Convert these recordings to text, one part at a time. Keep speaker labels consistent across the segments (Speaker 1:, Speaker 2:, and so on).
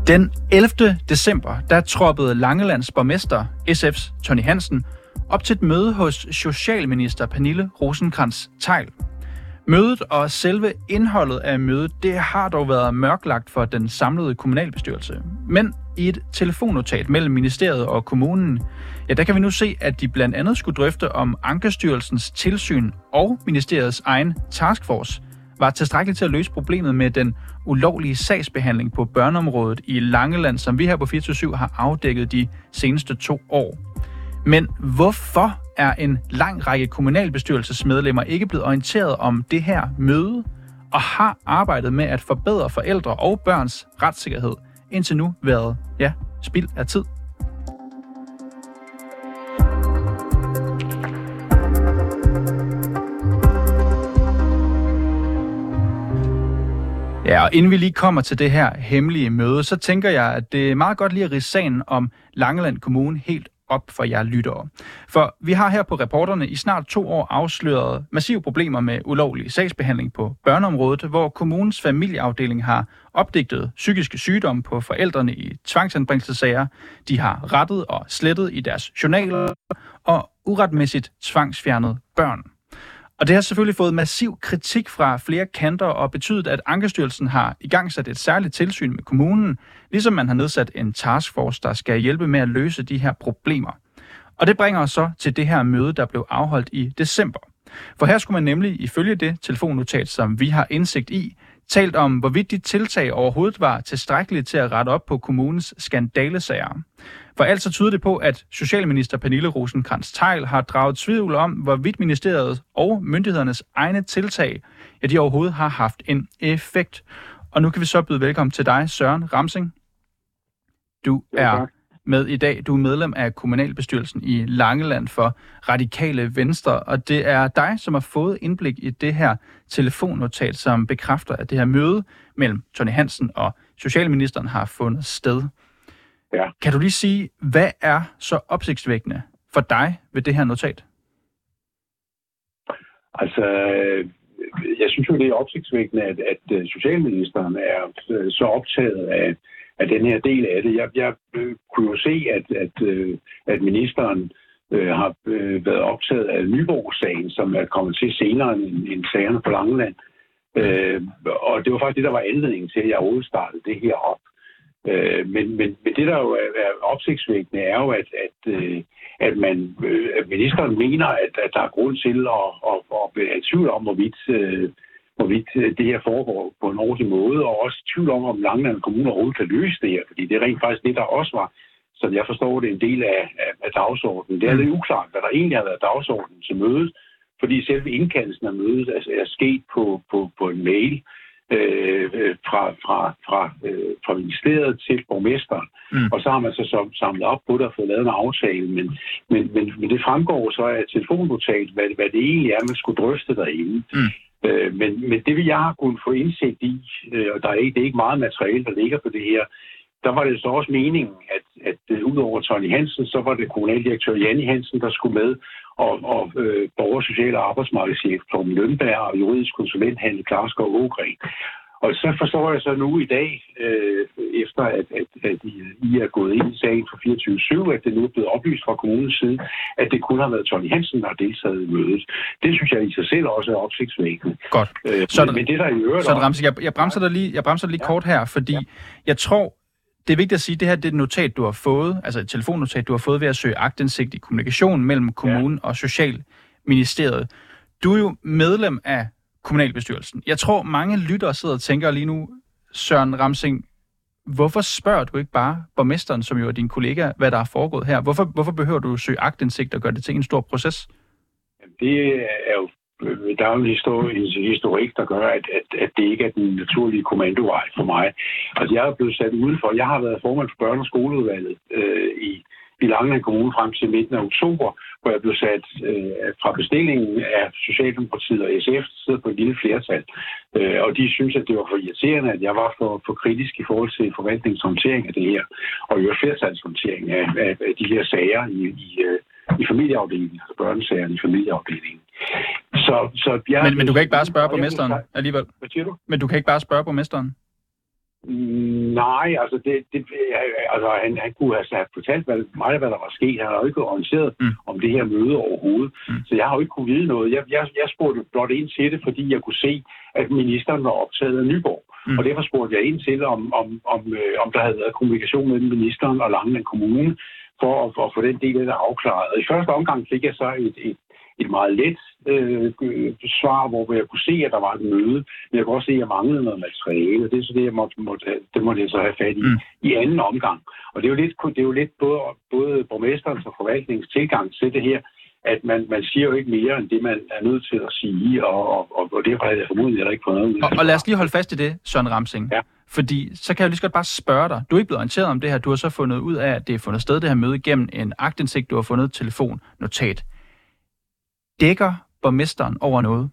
Speaker 1: Den 11. december, der troppede Langelands borgmester, SF's Tonni Hansen, op til et møde hos socialminister Pernille Rosenkrantz-Theil. Mødet og selve indholdet af mødet, det har dog været mørklagt for den samlede kommunalbestyrelse. Men i et telefonnotat mellem ministeriet og kommunen, ja, der kan vi nu se, at de blandt andet skulle drøfte, om Ankestyrelsens tilsyn og ministeriets egen taskforce var tilstrækkeligt til at løse problemet med den ulovlige sagsbehandling på børneområdet i Langeland, som vi her på 24/7 har afdækket de seneste 2 år. Men hvorfor er en lang række kommunalbestyrelsesmedlemmer ikke blevet orienteret om det her møde, og har arbejdet med at forbedre forældre og børns retssikkerhed indtil nu været, spild af tid? Ja, og inden vi lige kommer til det her hemmelige møde, så tænker jeg, at det er meget godt lige at ridse sagen om Langeland Kommune helt op for jer lyttere. For vi har her på Reporterne i snart 2 år afsløret massive problemer med ulovlig sagsbehandling på børneområdet, hvor kommunens familieafdeling har opdigtet psykiske sygdomme på forældrene i tvangsanbringelsessager. De har rettet og slettet i deres journaler og uretmæssigt tvangsfjernet børn. Og det har selvfølgelig fået massiv kritik fra flere kanter og betydet, at Ankestyrelsen har igangsat et særligt tilsyn med kommunen, ligesom man har nedsat en taskforce, der skal hjælpe med at løse de her problemer. Og det bringer os så til det her møde, der blev afholdt i december. For her skulle man nemlig, ifølge det telefonnotat, som vi har indsigt i, talt om, hvorvidt de tiltag overhovedet var tilstrækkeligt til at rette op på kommunens skandalesager. For altså tyder det på, at socialminister Pernille Rosenkrantz-Theil har draget tvivl om, hvorvidt ministeriet og myndighedernes egne tiltag, de overhovedet har haft en effekt. Og nu kan vi så byde velkommen til dig, Søren Ramsing. Du er med i dag. Du er medlem af kommunalbestyrelsen i Langeland for Radikale Venstre, og det er dig, som har fået indblik i det her telefonnotat, som bekræfter, at det her møde mellem Tonni Hansen og socialministeren har fundet sted.
Speaker 2: Ja.
Speaker 1: Kan du lige sige, hvad er så opsigtsvækkende for dig ved det her notat?
Speaker 2: Altså, jeg synes jo, det er opsigtsvækkende, at socialministeren er så optaget af den her del af det. Jeg kunne jo se, at ministeren har været optaget af Nyborg-sagen, som er kommet til senere end sagerne på Langeland. Og det var faktisk det, der var anledningen til, at jeg overhovedet startede det her op. Men det, der jo er opsigtsvækkende, er jo, at ministeren mener, at der er grund til at være i tvivl om, hvorvidt det her foregår på en ordentlig måde, og også i tvivl om Langeland Kommune overhovedet kan løse det her, fordi det er rent faktisk det, der også var, som jeg forstår det, en del af dagsordenen. Det er lidt uklart, hvad der egentlig har været dagsordenen til mødet, fordi selve indkaldelsen af mødet er sket på en mail fra ministeriet til borgmesteren. Og så har man så samlet op på det og fået lavet en aftale. Men det fremgår så af telefonnotat, hvad det egentlig er, man skulle drøfte derinde. Men det vil jeg have kunnet få indsigt i, og det er ikke meget materiale, der ligger på det her. Der var det så også meningen, at udover Tonni Hansen, så var det kommunaldirektør Janni Hansen, der skulle med, og borger-, social- og arbejdsmarkedschef Torben Lønberg og juridisk konsulent Hanne Klarskov Ågren. Og så forstår jeg så nu i dag, efter at I er gået ind i sagen for 24/7, at det nu er blevet oplyst fra kommunens side, at det kun har været Tonni Hansen, der har deltaget i mødet. Det synes jeg i sig selv også er opsigtsvækkende.
Speaker 1: Godt.
Speaker 2: Men det, der i øvrigt...
Speaker 1: Så Ramsing, jeg bremser dig lige kort her, fordi jeg tror, det er vigtigt at sige, at det her det er et notat, du har fået, altså et telefonnotat, du har fået ved at søge aktindsigt i kommunikationen mellem kommunen og Socialministeriet. Du er jo medlem af kommunalbestyrelsen. Jeg tror, mange lyttere sidder og tænker lige nu, Søren Ramsing, hvorfor spørger du ikke bare borgmesteren, som jo er din kollega, hvad der er foregået her? Hvorfor behøver du søge aktindsigt og gøre det til en stor proces?
Speaker 2: Det er jo der er jo en historik, der gør, at det ikke er den naturlige kommandovej for mig. Altså, jeg er blevet sat udenfor. Jeg har været formand for børne- og skoleudvalget i Langeland Kommune frem til midten af oktober, hvor jeg blev sat fra bestillingen af Socialdemokratiet og SF sidder på et lille flertal. Og de synes, at det var for irriterende, at jeg var for kritisk i forhold til forvaltningshåndtering af det her, og jo flertalshåndtering af de her sager i familieafdelingen, altså børnesagerne i familieafdelingen. Men
Speaker 1: du kan ikke bare spørge borgmesteren alligevel?
Speaker 2: Hvad siger du?
Speaker 1: Men du kan ikke bare spørge borgmesteren?
Speaker 2: Nej, altså, han kunne have fortalt mig, hvad der var sket. Han har jo ikke orienteret om det her møde overhovedet. Så jeg har jo ikke kunne vide noget. Jeg spurgte blot ind til det, fordi jeg kunne se, at ministeren var optaget af Nyborg. Og derfor spurgte jeg ind til, om der havde været kommunikation mellem ministeren og Langeland Kommune, for at få den del af det afklaret. Og i første omgang fik jeg så et meget let svar, hvor jeg kunne se, at der var et møde, men jeg kunne også se, at jeg manglede noget materiale. Det er så det, jeg måtte jeg så have fat i anden omgang. Og det er jo lidt både borgmesterens og forvaltningens tilgang til det her, at man siger jo ikke mere end det, man er nødt til at sige, og derfor havde jeg formodentlig heller ikke fået noget.
Speaker 1: Og lad os lige holde fast i det, Søren Ramsing. Ja. Fordi så kan jeg lige så godt bare spørge dig. Du er ikke blevet orienteret om det her. Du har så fundet ud af, at det er fundet sted, det her møde, gennem en aktindsigt, du har fundet telefonnotat. Dækker borgmesteren over noget?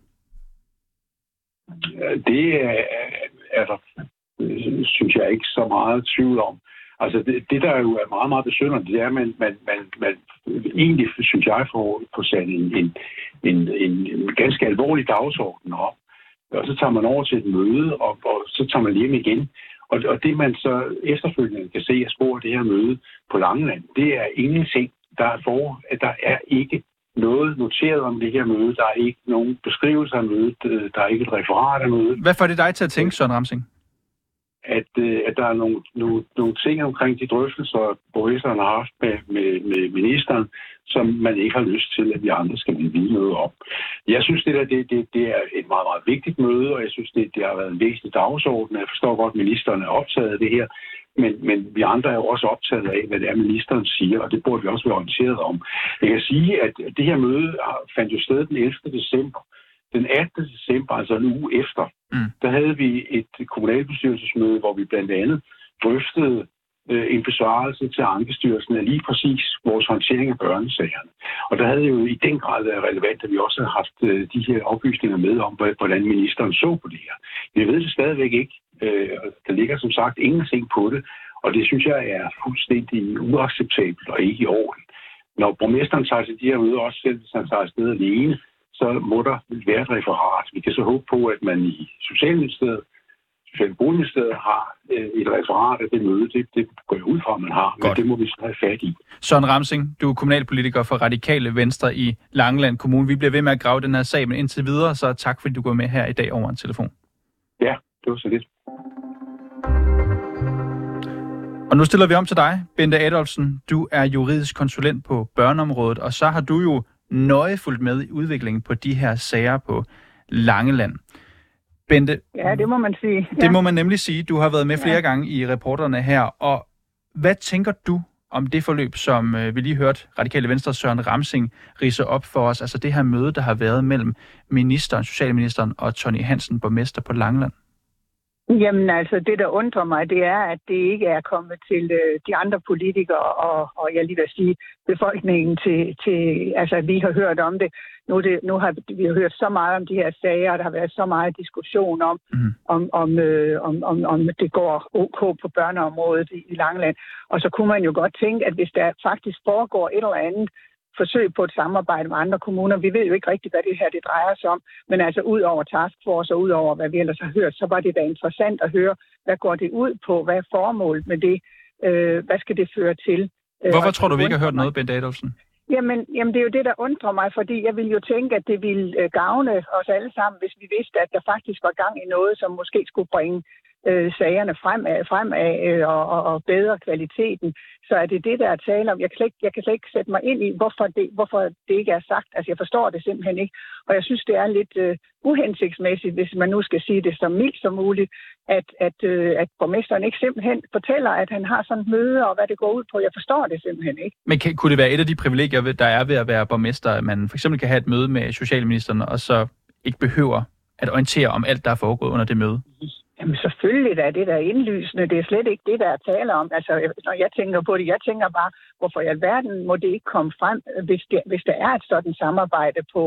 Speaker 2: Det er der, synes jeg, ikke så meget tvivl om. Altså det der jo er meget, meget besynderligt, det er, at man egentlig, synes jeg, får sat en ganske alvorlig dagsorden op. Og så tager man over til et møde, og så tager man hjem igen. Og det, man så efterfølgende kan se af spor af det her møde på Langeland, det er ingenting. Der er ikke noget noteret om det her møde. Der er ikke nogen beskrivelse af mødet. Der er ikke et referat af mødet.
Speaker 1: Hvad får det dig til at tænke, Søren Ramsing?
Speaker 2: At der er nogle ting omkring de drøftelser, borgmesteren har haft med ministeren, som man ikke har lyst til, at vi andre skal vide noget om. Jeg synes, det er et meget, meget vigtigt møde, og jeg synes, det har været en væsentlig dagsorden. Jeg forstår godt, at ministeren er optaget af det her, men vi andre er jo også optaget af, hvad det er, ministeren siger, og det burde vi også være orienteret om. Jeg kan sige, at det her møde fandt jo sted den 11. december. Den 18. december, altså en uge efter, der havde vi et kommunalbestyrelsesmøde, hvor vi blandt andet drøftede en besvarelse til Ankestyrelsen af lige præcis vores håndtering af børnesagerne. Og der havde jo i den grad været relevant, at vi også havde haft de her oplysninger med om, hvordan ministeren så på det her. Vi ved det stadigvæk ikke. Der ligger som sagt ingenting på det, og det synes jeg er fuldstændig uacceptabelt og ikke i orden. Når borgmesteren tager til de her møder, også selv hvis han tager afsted alene, så må der være et referat. Vi kan så håbe på, at man i Socialministeriet, Socialboligministeriet har et referat af det møde. Det går jeg ud fra, at man har, men det må vi så have fat i.
Speaker 1: Søren Ramsing, du er kommunalpolitiker for Radikale Venstre i Langeland Kommune. Vi bliver ved med at grave den her sag, men indtil videre, så tak fordi du går med her i dag over en telefon.
Speaker 2: Ja, det var så lidt.
Speaker 1: Og nu stiller vi om til dig, Bente Adolfsen. Du er juridisk konsulent på børneområdet, og så har du jo nøje fulgt med i udviklingen på de her sager på Langeland. Bente,
Speaker 3: ja, det må man sige.
Speaker 1: Det må man nemlig sige. Du har været med flere gange i reporterne her, og hvad tænker du om det forløb, som vi lige hørte Radikale Venstre Søren Ramsing ridse op for os, altså det her møde, der har været mellem socialministeren og Tonni Hansen, borgmester på Langeland?
Speaker 3: Jamen altså, det der undrer mig, det er, at det ikke er kommet til de andre politikere og jeg lige vil sige befolkningen til altså vi har hørt om det. Nu har vi hørt så meget om de her sager, og der har været så meget diskussion om det går ok på børneområdet i Langeland. Og så kunne man jo godt tænke, at hvis der faktisk foregår et eller andet forsøg på et samarbejde med andre kommuner. Vi ved jo ikke rigtigt, hvad det her det drejer sig om, men altså ud over taskforce og ud over, hvad vi ellers har hørt, så var det da interessant at høre, hvad går det ud på, hvad er formålet med det, hvad skal det føre til.
Speaker 1: Hvorfor tror du, vi ikke har hørt noget, Bente Adolfsen?
Speaker 3: Jamen, det er jo det, der undrer mig, fordi jeg ville jo tænke, at det ville gavne os alle sammen, hvis vi vidste, at der faktisk var gang i noget, som måske skulle bringe sagerne fremad og bedre kvaliteten. Så er det det, der er tale om. Jeg kan slet ikke sætte mig ind i, hvorfor det ikke er sagt. Altså, jeg forstår det simpelthen ikke. Og jeg synes, det er lidt uhensigtsmæssigt, hvis man nu skal sige det så mildt som muligt, at borgmesteren ikke simpelthen fortæller, at han har sådan et møde, og hvad det går ud på. Jeg forstår det simpelthen ikke.
Speaker 1: Men kunne det være et af de privilegier, der er ved at være borgmester, at man for eksempel kan have et møde med socialministeren, og så ikke behøver at orientere om alt, der er foregået under det møde?
Speaker 3: Jamen selvfølgelig er det der indlysende. Det er slet ikke det, der er tale om. Altså, når jeg tænker på det, jeg tænker bare, hvorfor i alverden må det ikke komme frem, hvis der er et sådan samarbejde på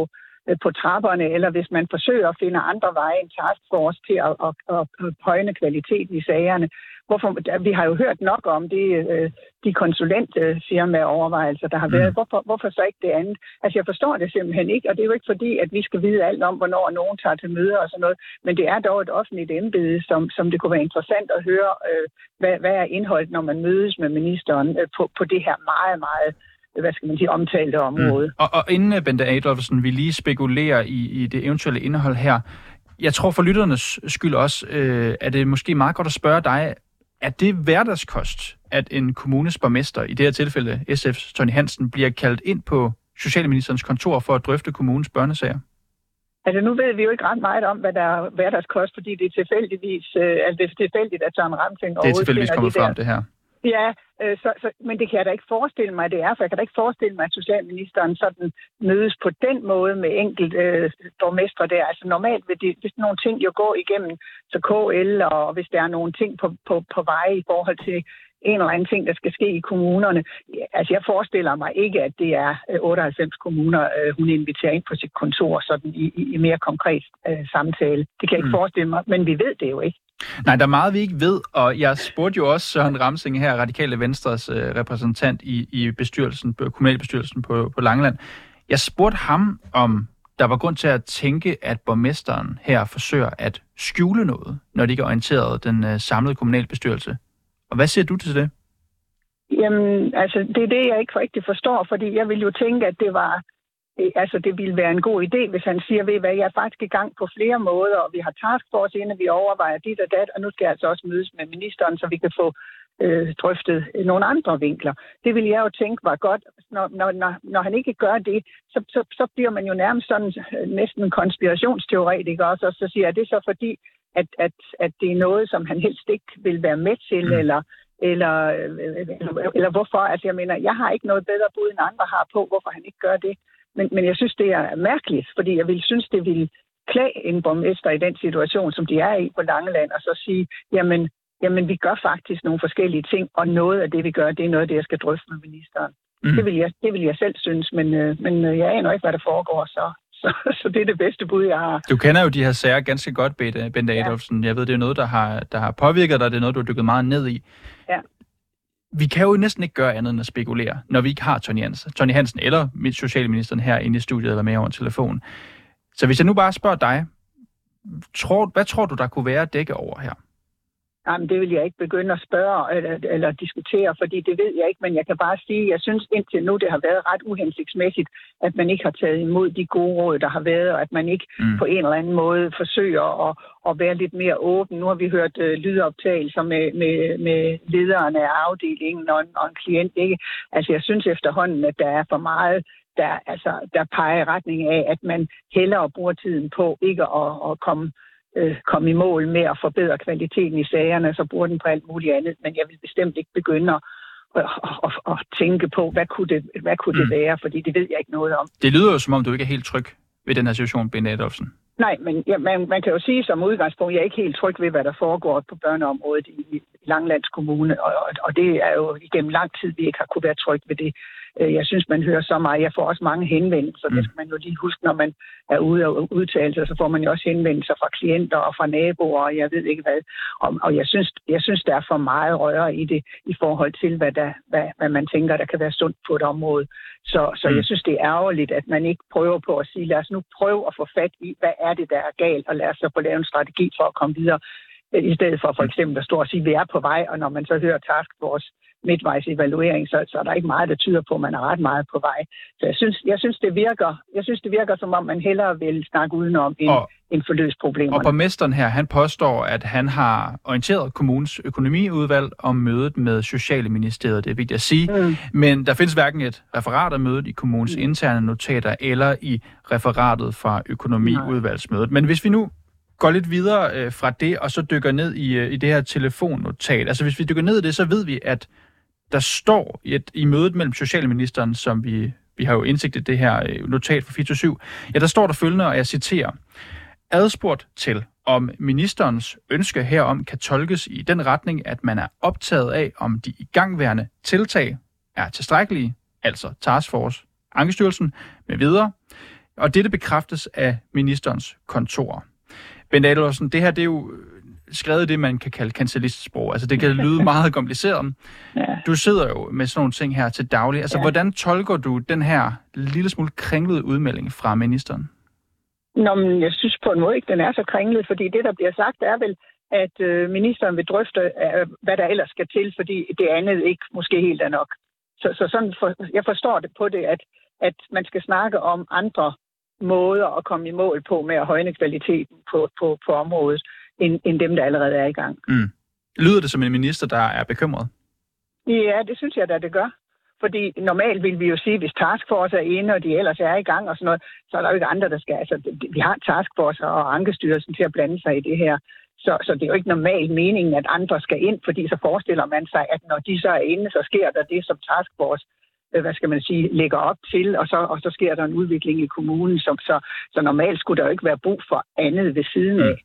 Speaker 3: på trapperne, eller hvis man forsøger at finde andre veje end taskforce til at højne kvaliteten i sagerne. Vi har jo hørt nok om de konsulentfirmaovervejelser, der har været. Hvorfor så ikke det andet? Altså, jeg forstår det simpelthen ikke, og det er jo ikke fordi, at vi skal vide alt om, hvornår nogen tager til møder og sådan noget, men det er dog et offentligt embede, som det kunne være interessant at høre, hvad er indholdet, når man mødes med ministeren på det her meget, meget omtalte område.
Speaker 1: Og inden Bente Adolfsen, vi lige spekulerer i det eventuelle indhold her, jeg tror for lytternes skyld også, er det måske meget godt at spørge dig, er det hverdagskost, at en kommunes borgmester, i det her tilfælde SF's Tonni Hansen, bliver kaldt ind på socialministerens kontor for at drøfte kommunens børnesager?
Speaker 3: Altså, nu ved vi jo ikke ret meget om, hvad der er hverdagskost, fordi det er tilfældigt, at Søren Ramsing overhovedet...
Speaker 1: Det er tilfældigvis kommet frem, det her.
Speaker 3: Ja, men det kan jeg da ikke forestille mig, det er, for jeg kan da ikke forestille mig, at socialministeren sådan mødes på den måde med enkelt borgmestre der. Altså normalt hvis nogle ting jo går igennem så KL, og hvis der er nogle ting på vej i forhold til en eller anden ting, der skal ske i kommunerne. Altså, jeg forestiller mig ikke, at det er 98 kommuner, hun inviterer ind på sit kontor sådan i mere konkret samtale. Det kan jeg ikke forestille mig, men vi ved det jo ikke.
Speaker 1: Nej, der er meget, vi ikke ved, og jeg spurgte jo også Søren Ramsing her, Radikale Venstres repræsentant i bestyrelsen, kommunalbestyrelsen på Langeland. Jeg spurgte ham, om der var grund til at tænke, at borgmesteren her forsøger at skjule noget, når de ikke er orienteret den samlede kommunalbestyrelse. Og hvad siger du til det?
Speaker 3: Jamen, altså, det er det, jeg ikke rigtig forstår, fordi jeg ville jo tænke, at det ville være en god idé, hvis han siger, ved hvad, jeg er faktisk i gang på flere måder, og vi har taskforce inde, vi overvejer dit og dat, og nu skal jeg altså også mødes med ministeren, så vi kan få drøftet nogle andre vinkler. Det ville jeg jo tænke var godt. Når han ikke gør det, så bliver man jo nærmest sådan næsten konspirationsteoretiker også, og så siger, at det er så fordi, at det er noget, som han helst ikke vil være med til, eller hvorfor. Altså jeg mener, jeg har ikke noget bedre bud, end andre har på, hvorfor han ikke gør det. Men jeg synes, det er mærkeligt, fordi jeg synes, det ville klæde en borgmester i den situation, som de er i på Langeland, og så sige, jamen vi gør faktisk nogle forskellige ting, og noget af det, vi gør, det er noget af det, jeg skal drøfte med ministeren. Det vil jeg selv synes, men jeg aner ikke, hvad der foregår, så det er det bedste bud, jeg har.
Speaker 1: Du kender jo de her sager ganske godt, Bente Adolfsen. Jeg ved, det er noget, der har påvirket dig, det er noget, du har dykket meget ned i.
Speaker 3: Ja.
Speaker 1: Vi kan jo næsten ikke gøre andet end at spekulere, når vi ikke har Tonni Hansen eller socialministeren her inde i studiet eller med over telefon. Så hvis jeg nu bare spørger dig, hvad tror du, der kunne være at dække over her?
Speaker 3: Jamen, det vil jeg ikke begynde at spørge eller diskutere, fordi det ved jeg ikke, men jeg kan bare sige, at jeg synes indtil nu, det har været ret uhensigtsmæssigt, at man ikke har taget imod de gode råd, der har været, og at man ikke på en eller anden måde forsøger at være lidt mere åben. Nu har vi hørt lydoptagelser med lederen af afdelingen og en klient, ikke? Altså, jeg synes efterhånden, at der er for meget, der peger i retning af, at man hellere bruger tiden på ikke at komme i mål med at forbedre kvaliteten i sagerne, så bruger den på alt muligt andet. Men jeg vil bestemt ikke begynde at tænke på, hvad kunne det være, fordi det ved jeg ikke noget om.
Speaker 1: Det lyder jo, som om du ikke er helt tryg ved den her situation, Bente Adolfsen.
Speaker 3: Nej, men man kan jo sige som udgangspunkt, jeg er ikke helt tryg ved, hvad der foregår på børneområdet i Langelands Kommune, og det er jo igennem lang tid, vi ikke har kunne være tryg ved det. Jeg synes, man hører så meget. Jeg får også mange henvendelser. Det skal man jo lige huske, når man er ude og udtale sig, så får man jo også henvendelser fra klienter og fra naboer, og jeg ved ikke hvad. Og jeg synes, der er for meget røre i det, i forhold til, hvad man tænker, der kan være sundt på et område. Så jeg synes, det er ærgerligt, at man ikke prøver på at sige, lad os nu prøve at få fat i, hvad er det, der er galt, og lad os så få lavet en strategi for at komme videre, i stedet for eksempel at stå og sige, at vi er på vej, og når man så hører taskforce midtvejs evaluering, så er der ikke meget, der tyder på, at man er ret meget på vej. Så jeg synes, det virker, som om man hellere vil snakke udenom end forløse problemerne.
Speaker 1: Og borgmesteren her, han påstår, at han har orienteret kommunens økonomiudvalg om mødet med Socialministeriet, det er vigtigt at sige. Men der findes hverken et referat af mødet i kommunens interne notater, eller i referatet fra økonomiudvalgsmødet. Men hvis vi nu går lidt videre fra det, og så dykker ned i det her telefonnotat. Altså hvis vi dykker ned i det, så ved vi, at der står i mødet mellem socialministeren, som vi har jo indsigt i det her notat fra 4-7, ja, der står der følgende, og jeg citerer: adspurgt til, om ministerens ønske herom kan tolkes i den retning, at man er optaget af, om de igangværende tiltag er tilstrækkelige, altså taskforce, Ankestyrelsen med videre, Og dette bekræftes af ministerens kontor. Bent Adolfsen, det her det er jo skrevet det, man kan kalde kancelistsprog. Altså det kan lyde meget kompliceret. Ja. Du sidder jo med sådan nogle ting her til daglig. Altså hvordan tolker du den her lille smule kringlede udmelding fra ministeren?
Speaker 3: Nå, men jeg synes på en måde ikke, den er så kringlet, fordi det, der bliver sagt, er vel, at ministeren vil drøfte, hvad der ellers skal til, fordi det andet ikke måske helt er nok. Så sådan jeg forstår det på det, at man skal snakke om andre måder at komme i mål på med at højne kvaliteten på området, end dem, der allerede er i gang.
Speaker 1: Mm. Lyder det som en minister, der er bekymret?
Speaker 3: Ja, det synes jeg da, det gør. Fordi normalt vil vi jo sige, hvis taskforce er inde, og de ellers er i gang og sådan noget, så er der jo ikke andre, der skal. Altså, vi har taskforce og Ankestyrelsen til at blande sig i det her. Så det er jo ikke normalt meningen, at andre skal ind, fordi så forestiller man sig, at når de så er inde, så sker der det, som taskforce lægger op til, og så sker der en udvikling i kommunen, så normalt skulle der jo ikke være brug for andet ved siden af.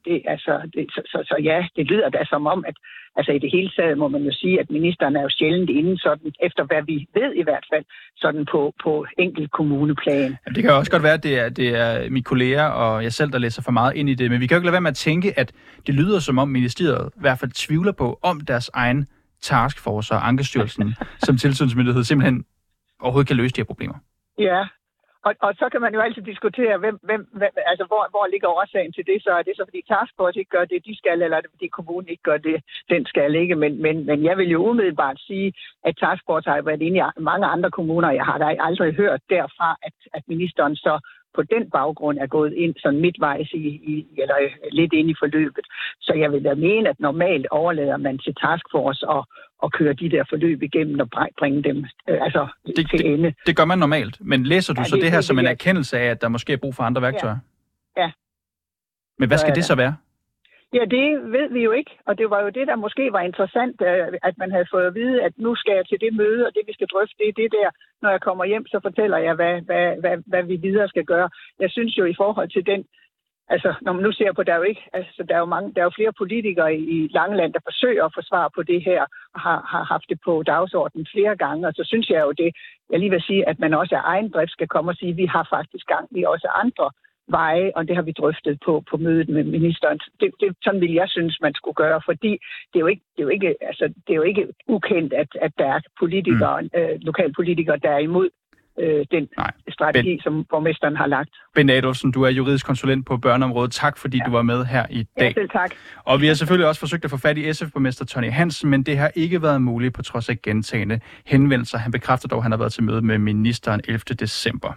Speaker 3: Det lyder da som om, at altså i det hele taget må man jo sige, at ministeren er jo sjældent inde sådan, efter hvad vi ved i hvert fald, sådan på enkelt kommuneplan.
Speaker 1: Det kan jo også godt være, at det er mine kolleger og jeg selv, der læser for meget ind i det, men vi kan jo ikke lade være med at tænke, at det lyder som om ministeriet i hvert fald tvivler på, om deres egen taskforce og Ankestyrelsen som tilsynsmyndighed simpelthen overhovedet kan løse de her problemer.
Speaker 3: Ja, og så kan man jo altid diskutere, hvor ligger årsagen til det, så er det så fordi taskforce ikke gør det, de skal, eller er det fordi kommunen ikke gør det, den skal ikke. Men jeg vil jo umiddelbart sige, at taskforce har været inde i mange andre kommuner, jeg har da aldrig hørt derfra, at ministeren så på den baggrund er gået ind sådan midtvejs eller lidt ind i forløbet. Så jeg vil da mene, at normalt overlader man til taskforce og køre de der forløb igennem og bringe dem til ende.
Speaker 1: Det gør man normalt, men læser du så det her som en erkendelse af, at der måske er brug for andre værktøjer?
Speaker 3: Ja.
Speaker 1: Men hvad skal det så være?
Speaker 3: Ja, det ved vi jo ikke, og det var jo det, der måske var interessant, at man havde fået at vide, at nu skal jeg til det møde, og det vi skal drøfte, det er det der. Når jeg kommer hjem, så fortæller jeg, hvad vi videre skal gøre. Jeg synes jo i forhold til den, altså når man nu ser på, der er jo flere politikere i Langeland, der forsøger at få svar på det her, og har haft det på dagsordenen flere gange, og så synes jeg jo det, jeg lige vil sige, at man også af egen drift skal komme og sige, at vi har faktisk gang i også andre veje, og det har vi drøftet på mødet med ministeren. Sådan vil jeg synes, man skulle gøre, fordi det er jo ikke ukendt, at der er politikere, lokalpolitikere, der er imod den strategi, som borgmesteren har lagt.
Speaker 1: Bent Adolfsen, du er juridisk konsulent på børneområdet. Tak, fordi du var med her i dag.
Speaker 3: Ja, selv tak.
Speaker 1: Og vi har selvfølgelig også forsøgt at få fat i SF-borgmester Tonni Hansen, men det har ikke været muligt på trods af gentagne henvendelser. Han bekræfter dog, at han har været til møde med ministeren 11. december.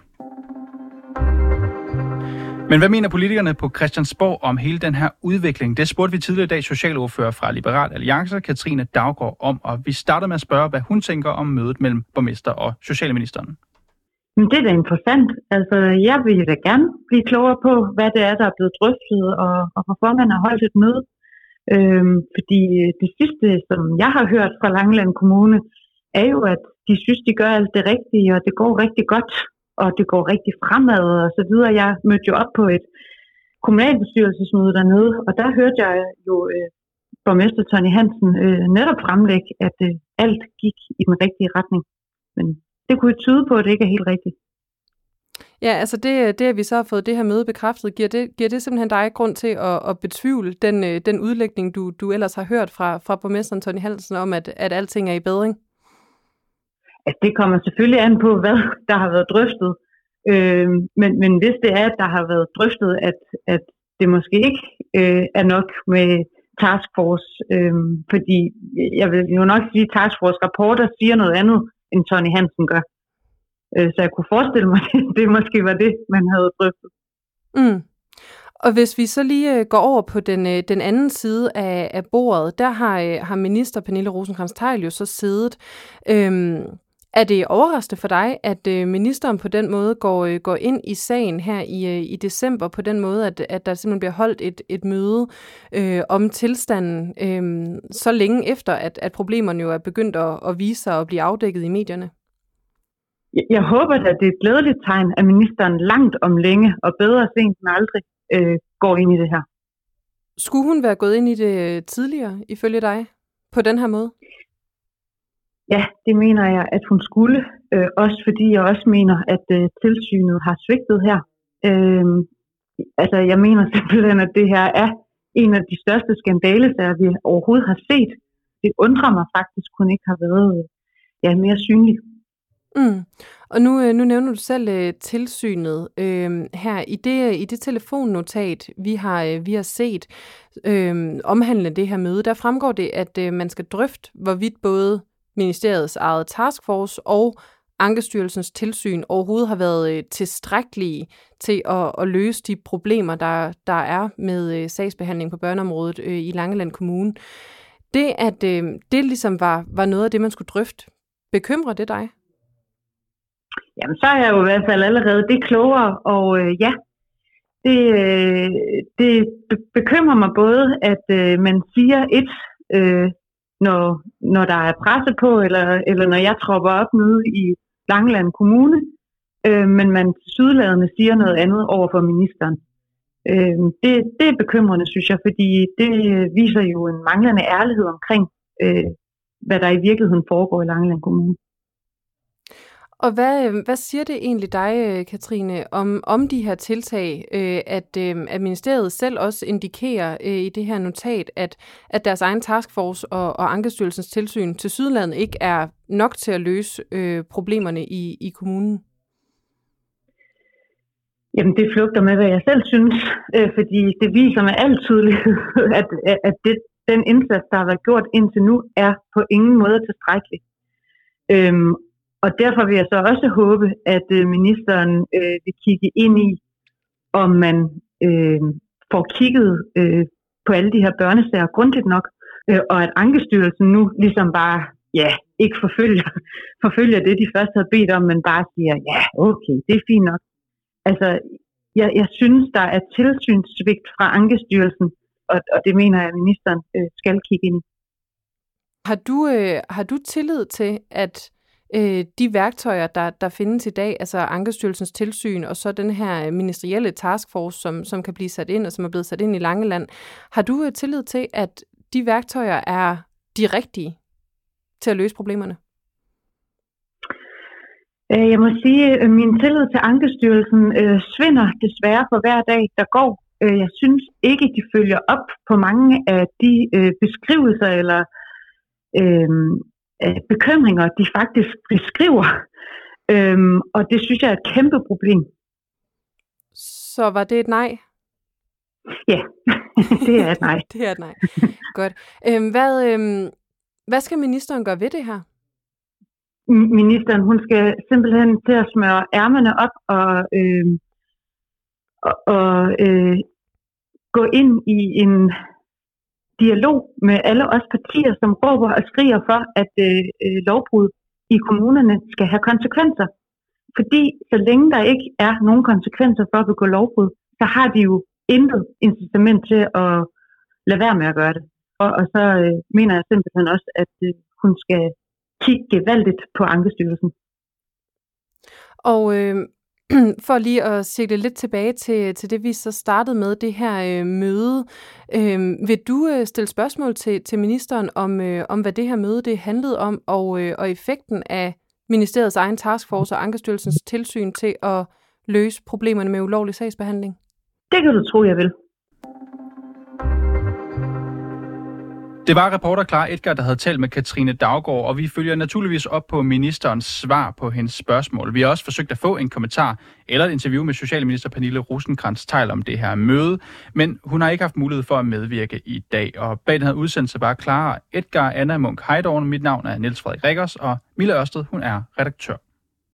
Speaker 1: Men hvad mener politikerne på Christiansborg om hele den her udvikling? Det spurgte vi tidligere i dag socialordfører fra Liberal Alliance, Katrine Daugaard, om, og vi starter med at spørge, hvad hun tænker om mødet mellem borgmester og socialministeren.
Speaker 4: Det er da interessant. Altså, jeg vil da gerne blive klogere på, hvad det er, der er blevet drøftet, og hvorfor man har holdt et møde. Fordi det sidste, som jeg har hørt fra Langeland Kommune, er jo, at de synes, de gør alt det rigtige, og det går rigtig godt, og det går rigtig fremad og så videre. Jeg mødte jo op på et kommunalbestyrelsesmøde dernede, og der hørte jeg jo borgmester Tonni Hansen netop fremlægge, at alt gik i den rigtige retning. Men det kunne jo tyde på, at det ikke er helt rigtigt.
Speaker 5: Ja, altså det at vi så har fået det her møde bekræftet, giver det simpelthen dig grund til at betvivle den udlægning, du ellers har hørt fra borgmesteren Tonni Hansen om, at alting er i bedring?
Speaker 4: Altså, det kommer selvfølgelig an på, hvad der har været drøftet. Men hvis det er, at der har været drøftet, at det måske ikke er nok med taskforce, fordi jeg vil jo nok sige, at taskforce rapporter siger noget andet, end Tonni Hansen gør. Så jeg kunne forestille mig, at det måske var det, man havde drøftet.
Speaker 5: Mm. Og hvis vi så lige går over på den anden side af bordet, der har minister Pernille Rosenkrantz-Theil jo så siddet. Er det overraskende for dig, at ministeren på den måde går ind i sagen her i december, på den måde, at der simpelthen bliver holdt et møde om tilstanden, så længe efter, at problemerne jo er begyndt at vise sig og blive afdækket i medierne?
Speaker 4: Jeg håber, at det er et glædeligt tegn, at ministeren langt om længe og bedre sent end aldrig går ind i det her.
Speaker 5: Skulle hun være gået ind i det tidligere, ifølge dig, på den her måde?
Speaker 4: Ja, det mener jeg, at hun skulle. Også fordi jeg også mener, at tilsynet har svigtet her. Altså, jeg mener simpelthen, at det her er en af de største skandalesager, vi overhovedet har set. Det undrer mig faktisk, hun ikke har været mere synlig.
Speaker 5: Mm. Og nu nævner du selv tilsynet her i det telefonnotat, vi har set omhandlende det her møde. Der fremgår det, at man skal drøfte, hvorvidt både ministeriets eget taskforce og Ankestyrelsens tilsyn overhovedet har været tilstrækkelige til at løse de problemer, der er med sagsbehandling på børneområdet i Langeland Kommune. Det, at det ligesom var noget af det, man skulle drøfte, bekymrer det dig?
Speaker 4: Jamen, så er jeg jo i hvert fald allerede det klogere, og det bekymrer mig både, at man siger et, når der er presse på, eller når jeg tropper op nede i Langeland Kommune, men man tilsyneladende siger noget andet over for ministeren. Det er bekymrende, synes jeg, fordi det viser jo en manglende ærlighed omkring, hvad der i virkeligheden foregår i Langeland Kommune.
Speaker 5: Og hvad siger det egentlig dig, Katrine, om de her tiltag, at ministeriet selv også indikerer i det her notat, at deres egen taskforce og Ankestyrelsens tilsyn tilsyneladende ikke er nok til at løse problemerne i kommunen?
Speaker 4: Jamen, det flugter med, hvad jeg selv synes, fordi det viser med al tydelighed, at den indsats, der har været gjort indtil nu, er på ingen måde tilstrækkelig. Og derfor vil jeg så også håbe, at ministeren vil kigge ind i, om man får kigget på alle de her børnesager grundigt nok, og at Ankestyrelsen nu ligesom bare ikke forfølger det, de først havde bedt om, men bare siger, ja, okay, det er fint nok. Altså, jeg synes, der er tilsynssvigt fra Ankestyrelsen, og det mener jeg, at ministeren skal kigge ind i.
Speaker 5: Har du tillid til, at de værktøjer, der findes i dag, altså Ankestyrelsens tilsyn, og så den her ministerielle taskforce, som kan blive sat ind, og som er blevet sat ind i Langeland, har du tillid til, at de værktøjer er de rigtige til at løse problemerne?
Speaker 4: Jeg må sige, at min tillid til Ankestyrelsen svinder desværre for hver dag, der går. Jeg synes ikke, de følger op på mange af de beskrivelser eller bekymringer, de faktisk beskriver. Og det synes jeg er et kæmpe problem.
Speaker 5: Så var det et nej?
Speaker 4: Ja, det er et nej.
Speaker 5: Det er et nej. Godt. Hvad skal ministeren gøre ved det her?
Speaker 4: Ministeren, hun skal simpelthen til at smøre ærmerne op og gå ind i en dialog med alle os partier, som råber og skriger for, at lovbrud i kommunerne skal have konsekvenser. Fordi så længe der ikke er nogen konsekvenser for at begå lovbrud, så har de jo intet incitament til at lade være med at gøre det. Og så mener jeg simpelthen også, at hun skal kigge gevaldigt på Ankestyrelsen.
Speaker 5: Og for lige at cirkle lidt tilbage til det, vi så startede med, det her møde. Vil du stille spørgsmål til ministeren om hvad det her møde det handlede om, og effekten af ministeriets egen taskforce og Ankestyrelsens tilsyn til at løse problemerne med ulovlig sagsbehandling?
Speaker 4: Det kan du tro, jeg vil.
Speaker 1: Det var reporter Clara Edgar, der havde talt med Katrine Daugaard, og vi følger naturligvis op på ministerens svar på hendes spørgsmål. Vi har også forsøgt at få en kommentar eller et interview med socialminister Pernille Rosenkrantz-Theil om det her møde, men hun har ikke haft mulighed for at medvirke i dag. Og bag den her udsendelse var Clara Edgar, Anna Munk Heidorn, mit navn er Niels Frederik Rikkers, og Mille Ørsted, hun er redaktør.